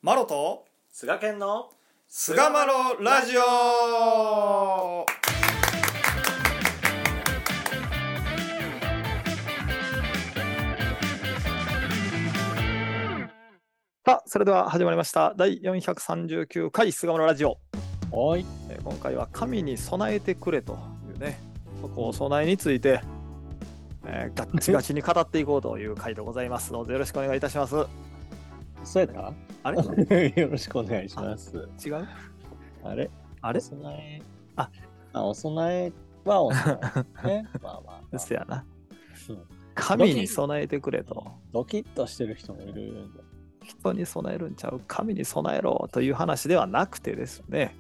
マロと菅健の菅マロラジオ。さあ、それでは始まりました第439回菅マロラジオ。 はい、 今回は神に備えてくれというね、こう備えについて、ガッチガチに語っていこうという回でございます。どうぞよろしくお願いいたします。 そうやったあれよろしくお願いします。 違うあれお供えお供えはお供えね。まあですやな。 うん神に備えてくれと。 ドキッとしてる人もいるんだ。 人に備えるんちゃう、神に備えろという話ではなくてですね。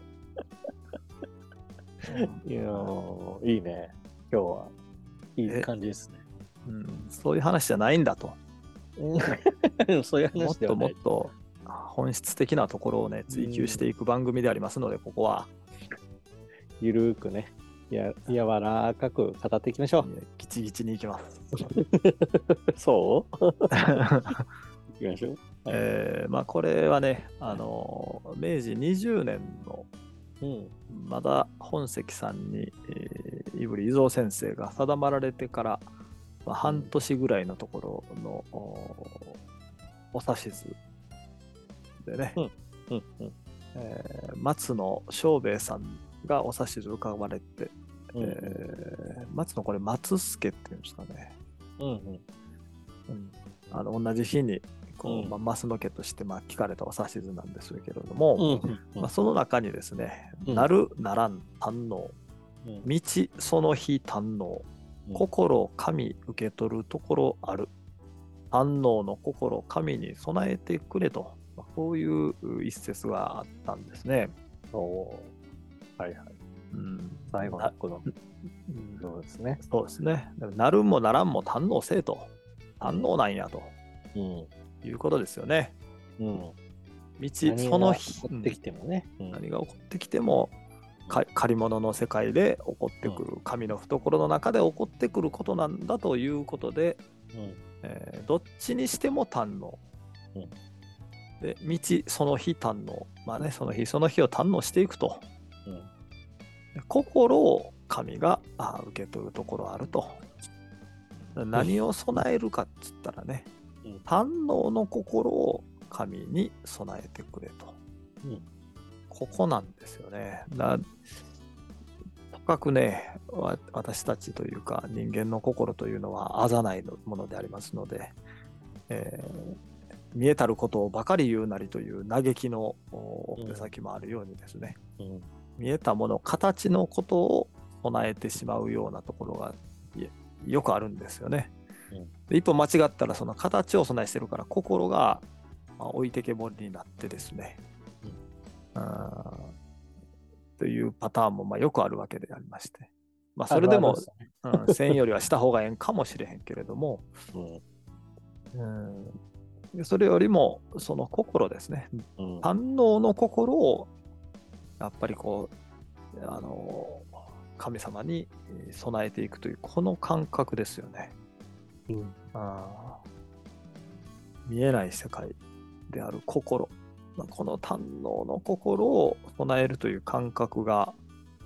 いやー、いいね。今日はいい感じですね。 そういう話じゃないんだと。 そういうもっと話ではない。 もっと本質的なところをね追求していく番組でありますので、ここはゆるーくね、柔らかく語っていきましょギチギチにいきます。 う。そう行きましょう。 まあこれはね、明治20年のまだ本石さんに、胆振伊蔵先生が定まられてから、半年ぐらいのところのお指図でね、松野正兵衛さんがお指図を伺われて、松野これ松助っていうんですかね、同じ日にこう、増野家として聞かれたお指図なんですけれども、その中にですね、なるならん堪能、道その日堪能、心神受け取るところある、堪能の心神に備えてくれと、こういう一節があったんですね。 はいはい。最後のこのそうですね。 そうですね。なるもならんも堪能せえと、堪能なんやと、いうことですよね。道その日起こってきてもね、 何が起こってきても、借り物の世界で起こってくる、神の懐の中で起こってくることなんだということで、どっちにしても堪能、で道その日堪能、その日その日を堪能していくと、心を神が受け取るところあると。何を備えるかっつったらね、堪能の心を神に備えてくれと、ここなんですよね。とかくね、私たちというか人間の心というのはあざないものでありますので、見えたることをばかり言うなりという嘆きの手先もあるようにですね、見えたもの、形のことを備えてしまうようなところがよくあるんですよね。一歩間違ったらその形を備えしてるから心が置いてけぼりになってですね、というパターンもよくあるわけでありまして、それでもせんよりはした方がええんかもしれへんけれども、それよりもその心ですね、堪能の心をやっぱりこう神様に備えていくというこの感覚ですよね。見えない世界である心、この堪能の心を備えるという感覚が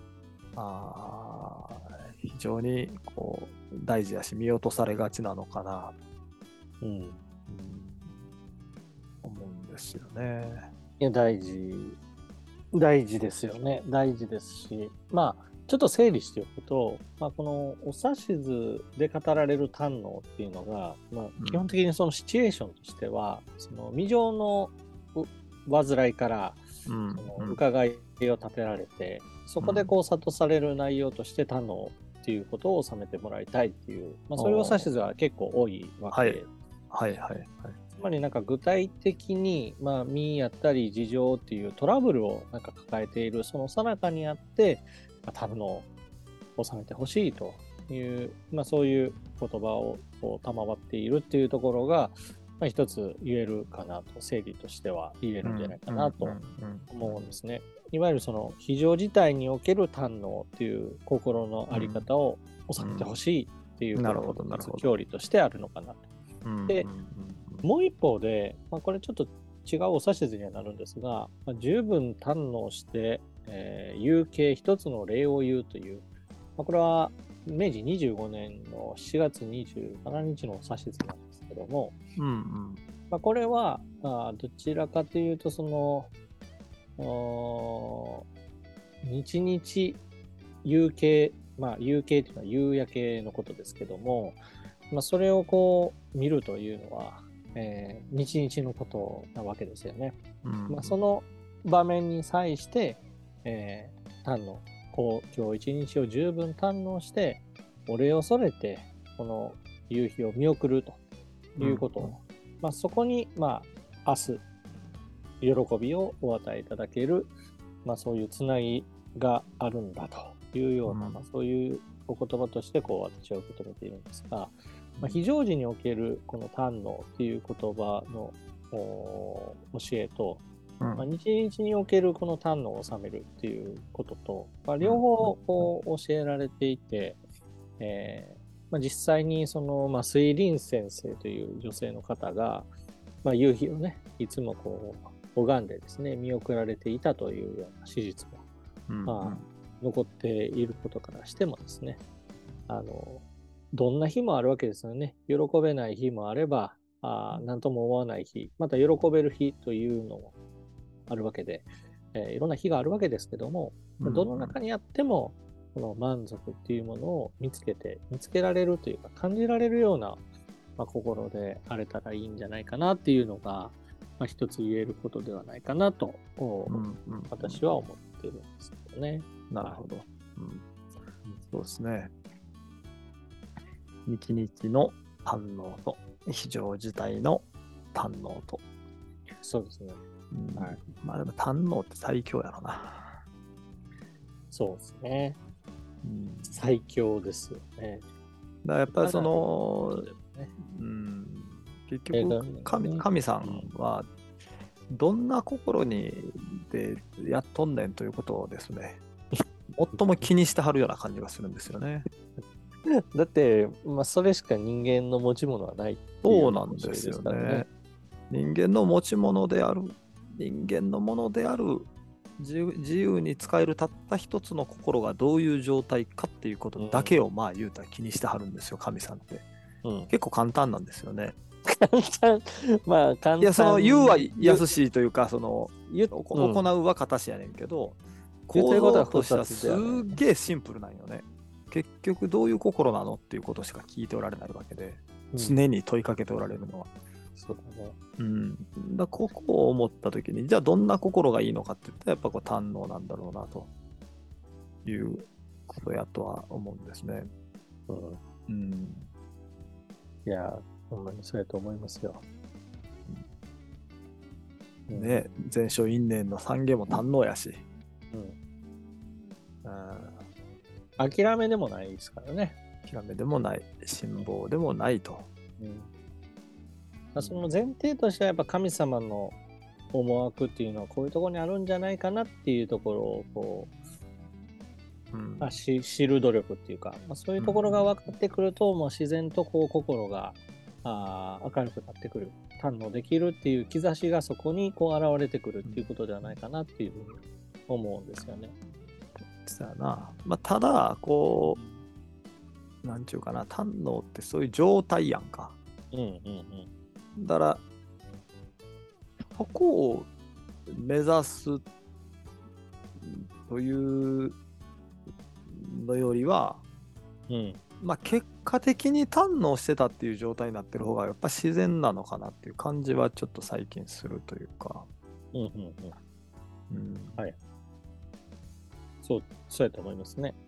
非常にこう大事だし、見落とされがちなのかなと、思うんですよね。 いや大事ですよね。大事ですし、ちょっと整理しておくと、このお指図で語られる堪能っていうのが、基本的にそのシチュエーションとしては、その未情の患いからその伺いを立てられて、そこでこう諭される内容として堪能っていうことを収めてもらいたいっていう、そういうお指図は結構多いわけです。つまり具体的に、身やったり事情っていうトラブルを抱えているその最中にあって堪能を収めてほしいという、そういう言葉を賜っているっていうところが、一つ言えるかなと、整理としては言えるんじゃないかなと思うんですね。いわゆるその非常事態における堪能っていう心の在り方を収めてほしいっていうことが教理としてあるのかなと。で、もう一方で、これちょっと違うお指図にはなるんですが、十分堪能して、有形一つの礼を言うという、これは明治25年の7月27日のお指図なんですけども、これはどちらかというとその日々有形、有形というのは夕焼けのことですけども、それをこう見るというのは、日々のことなわけですよね。その場面に際して、堪能、今日一日を十分堪能してお礼をそれてこの夕日を見送るということを、そこに明日喜びをお与えいただける、そういうつなぎがあるんだというような、そういうお言葉として私は受け止めているんですが、非常時におけるこの堪能っていう言葉の教えと、日々におけるこの堪能を収めるっていうことと、両方教えられていて、実際にその、水林先生という女性の方が、夕日をね、いつも拝んでですね、見送られていたというような史実も、残っていることからしてもですね、どんな日もあるわけですよね。喜べない日もあれば、何とも思わない日、また喜べる日というのもあるわけで、いろんな日があるわけですけども、どの中にあっても、この満足っていうものを見つけられるというか、感じられるような、心であれたらいいんじゃないかなっていうのが、一つ言えることではないかなと、私は思ってるんですけどね。 なるほど。そうですね。日々の堪能と非常事態の堪能と。 そうですね。 でも堪能って最強やろな。 そうですね。最強ですよね。 だからやっぱりその、結局神さんはどんな心でやっとんねんということをですね、最も気にしてはるような感じがするんですよね。 だって、それしか人間の持ち物はないっていう、 そうなんですよね。人間の持ち物である、人間のものである自由に使えるたった一つの心がどういう状態かっていうことだけを言うたら気にしてはるんですよ、神さんって。結構簡単なんですよね。 簡単。 いや、その言うは易しいというか、その行うは形やねんけど、構造としてはすっげえシンプルなんよね。結局どういう心なのっていうことしか聞いておられないわけで、常に問いかけておられるのは。 そうだね。 ここを思った時に、じゃあどんな心がいいのかって言ったらやっぱ堪能なんだろうなということやとは思うんですね。 いや、ほんまにそうやと思いますよ。 ね、全書因縁の三下も堪能やし。 諦めでもないですからね。 諦めでもない、辛抱でもないと。 その前提としてはやっぱ神様の思惑っていうのはこういうところにあるんじゃないかなっていうところを知る努力っていうか、そういうところが分かってくると、もう自然と心が明るくなってくる、堪能できるっていう兆しがそこに現れてくるっていうことではないかなっていうふうに思うんですよね。 そうやな。ただなんちゅうかな、堪能ってそういう状態やんか。だからそこを目指すというのよりは、結果的に堪能してたっていう状態になってる方がやっぱ自然なのかなっていう感じはちょっと最近するというか。 はい。そうやと思いますね。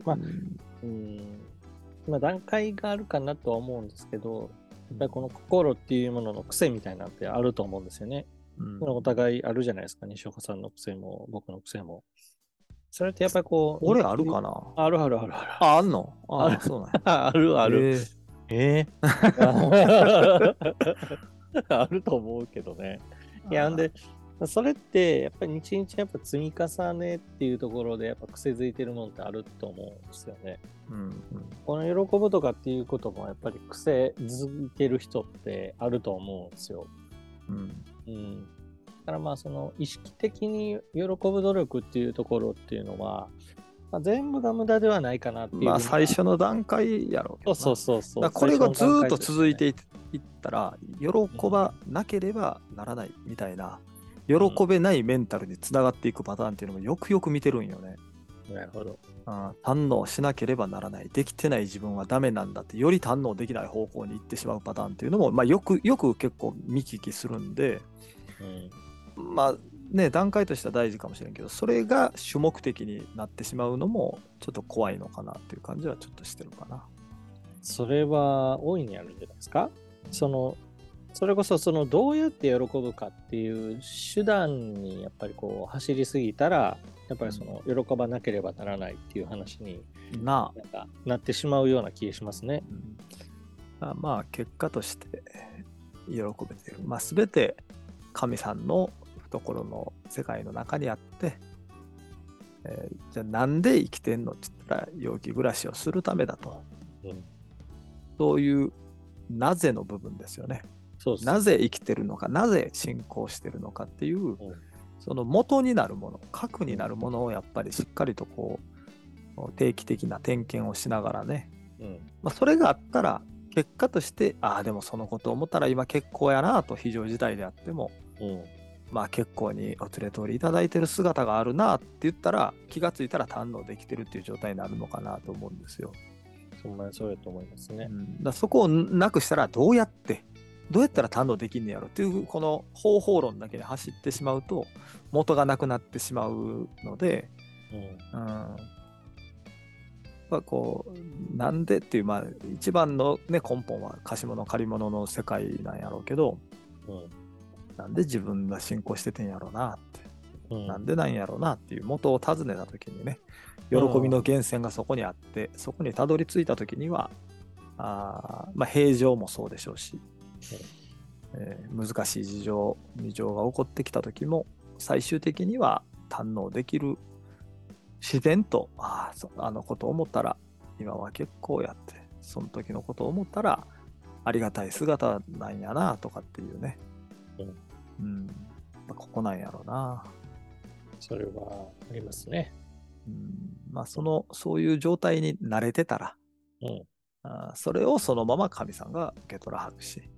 段階があるかなとは思うんですけど、やっぱりこの心っていうものの癖みたいなのってあると思うんですよね。お互いあるじゃないですか。西岡さんの癖も僕の癖も。それってやっぱり俺あるかな。 ある。 あんの。そうなんある。あると思うけどね。いや、んで、それってやっぱり日々やっぱ積み重ねっていうところでやっぱ癖づいてるものってあると思うんですよね。この喜ぶとかっていうこともやっぱり癖づいてる人ってあると思うんですよ。 だからその意識的に喜ぶ努力っていうところっていうのは、全部が無駄ではないかなっていう。 最初の段階やろうけどな。 そう。 これがずっと続いていったら、喜ばなければならないみたいな、喜べないメンタルにつながっていくパターンっていうのもよくよく見てるんよね。 なるほど。 堪能しなければならない、できてない自分はダメなんだって、より堪能できない方向に行ってしまうパターンっていうのも、よく結構見聞きするんで、段階としては大事かもしれんけど、それが主目的になってしまうのもちょっと怖いのかなっていう感じはちょっとしてるかな。 それは大いにあるんじゃないですか。それこそどうやって喜ぶかっていう手段にやっぱり走りすぎたら、やっぱり喜ばなければならないっていう話になってしまうような気がしますね。 結果として喜べている。全て神さんの懐の世界の中にあって、じゃあなんで生きてんのって言ったら、陽気暮らしをするためだと。そういうなぜの部分ですよね。なぜ生きてるのか、なぜ信仰してるのかっていう、その元になるもの、核になるものをやっぱりしっかりと定期的な点検をしながらね、それがあったら結果として、でもそのことを思ったら今結構やなと、非常事態であっても、結構にお連れ通りいただいてる姿があるなって言ったら、気がついたら堪能できてるっていう状態になるのかなと思うんですよ。 そうやと思いますね。 そこをなくしたらどうやったら堪能できんねやろっていう、この方法論だけで走ってしまうと元がなくなってしまうので、なんでっていう、一番の、根本は貸し物借り物の世界なんやろうけど、なんで自分が信仰しててんやろうなって、なんでなんやろうなっていう元を尋ねた時にね、喜びの源泉がそこにあって、そこにたどり着いた時には、平常もそうでしょうし、難しい事情が起こってきた時も、最終的には堪能できる、自然とあのことを思ったら今は結構やって、その時のことを思ったらありがたい姿なんやなとかっていうね、ここなんやろうな。 それはありますね。 そういう状態に慣れてたら、それをそのまま神さんが受け取らはるし、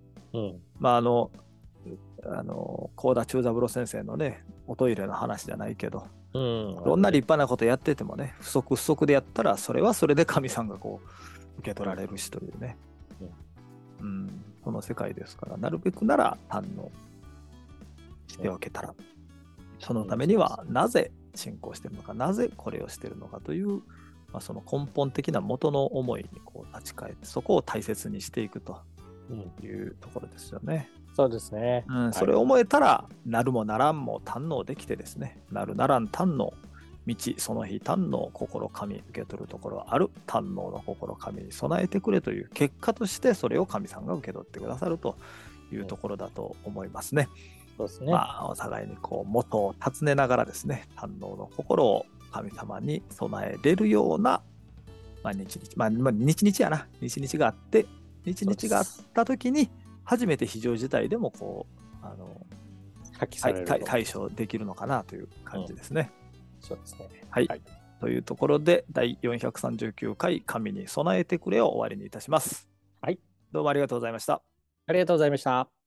幸田中三郎先生のね、おトイレの話じゃないけど、どんな立派なことやっててもね、不足でやったら、それはそれで神さんが受け取られるしというね、その世界ですから、なるべくなら堪能しておけたら、そのためにはなぜ信仰してるのか、なぜこれをしてるのかという、その根本的な元の思いに立ち返って、そこを大切にしていくというところですよね。 そうですね。 それを思えたら、なるもならんも堪能できてですね、なるならん堪能、道その日堪能、心神受け取るところはある、堪能の心神に備えてくれという結果として、それを神さんが受け取ってくださるというところだと思いますね。 そうですね。 お互いに元を尋ねながらですね、堪能の心を神様に備えれるような、日々やな、日々があって、日々があった時に初めて非常事態でも対処できるのかなという感じですね。 そうですね。 はい。というところで、第439回神に備えてくれを終わりにいたします。 はい。 どうもありがとうございました。 ありがとうございました。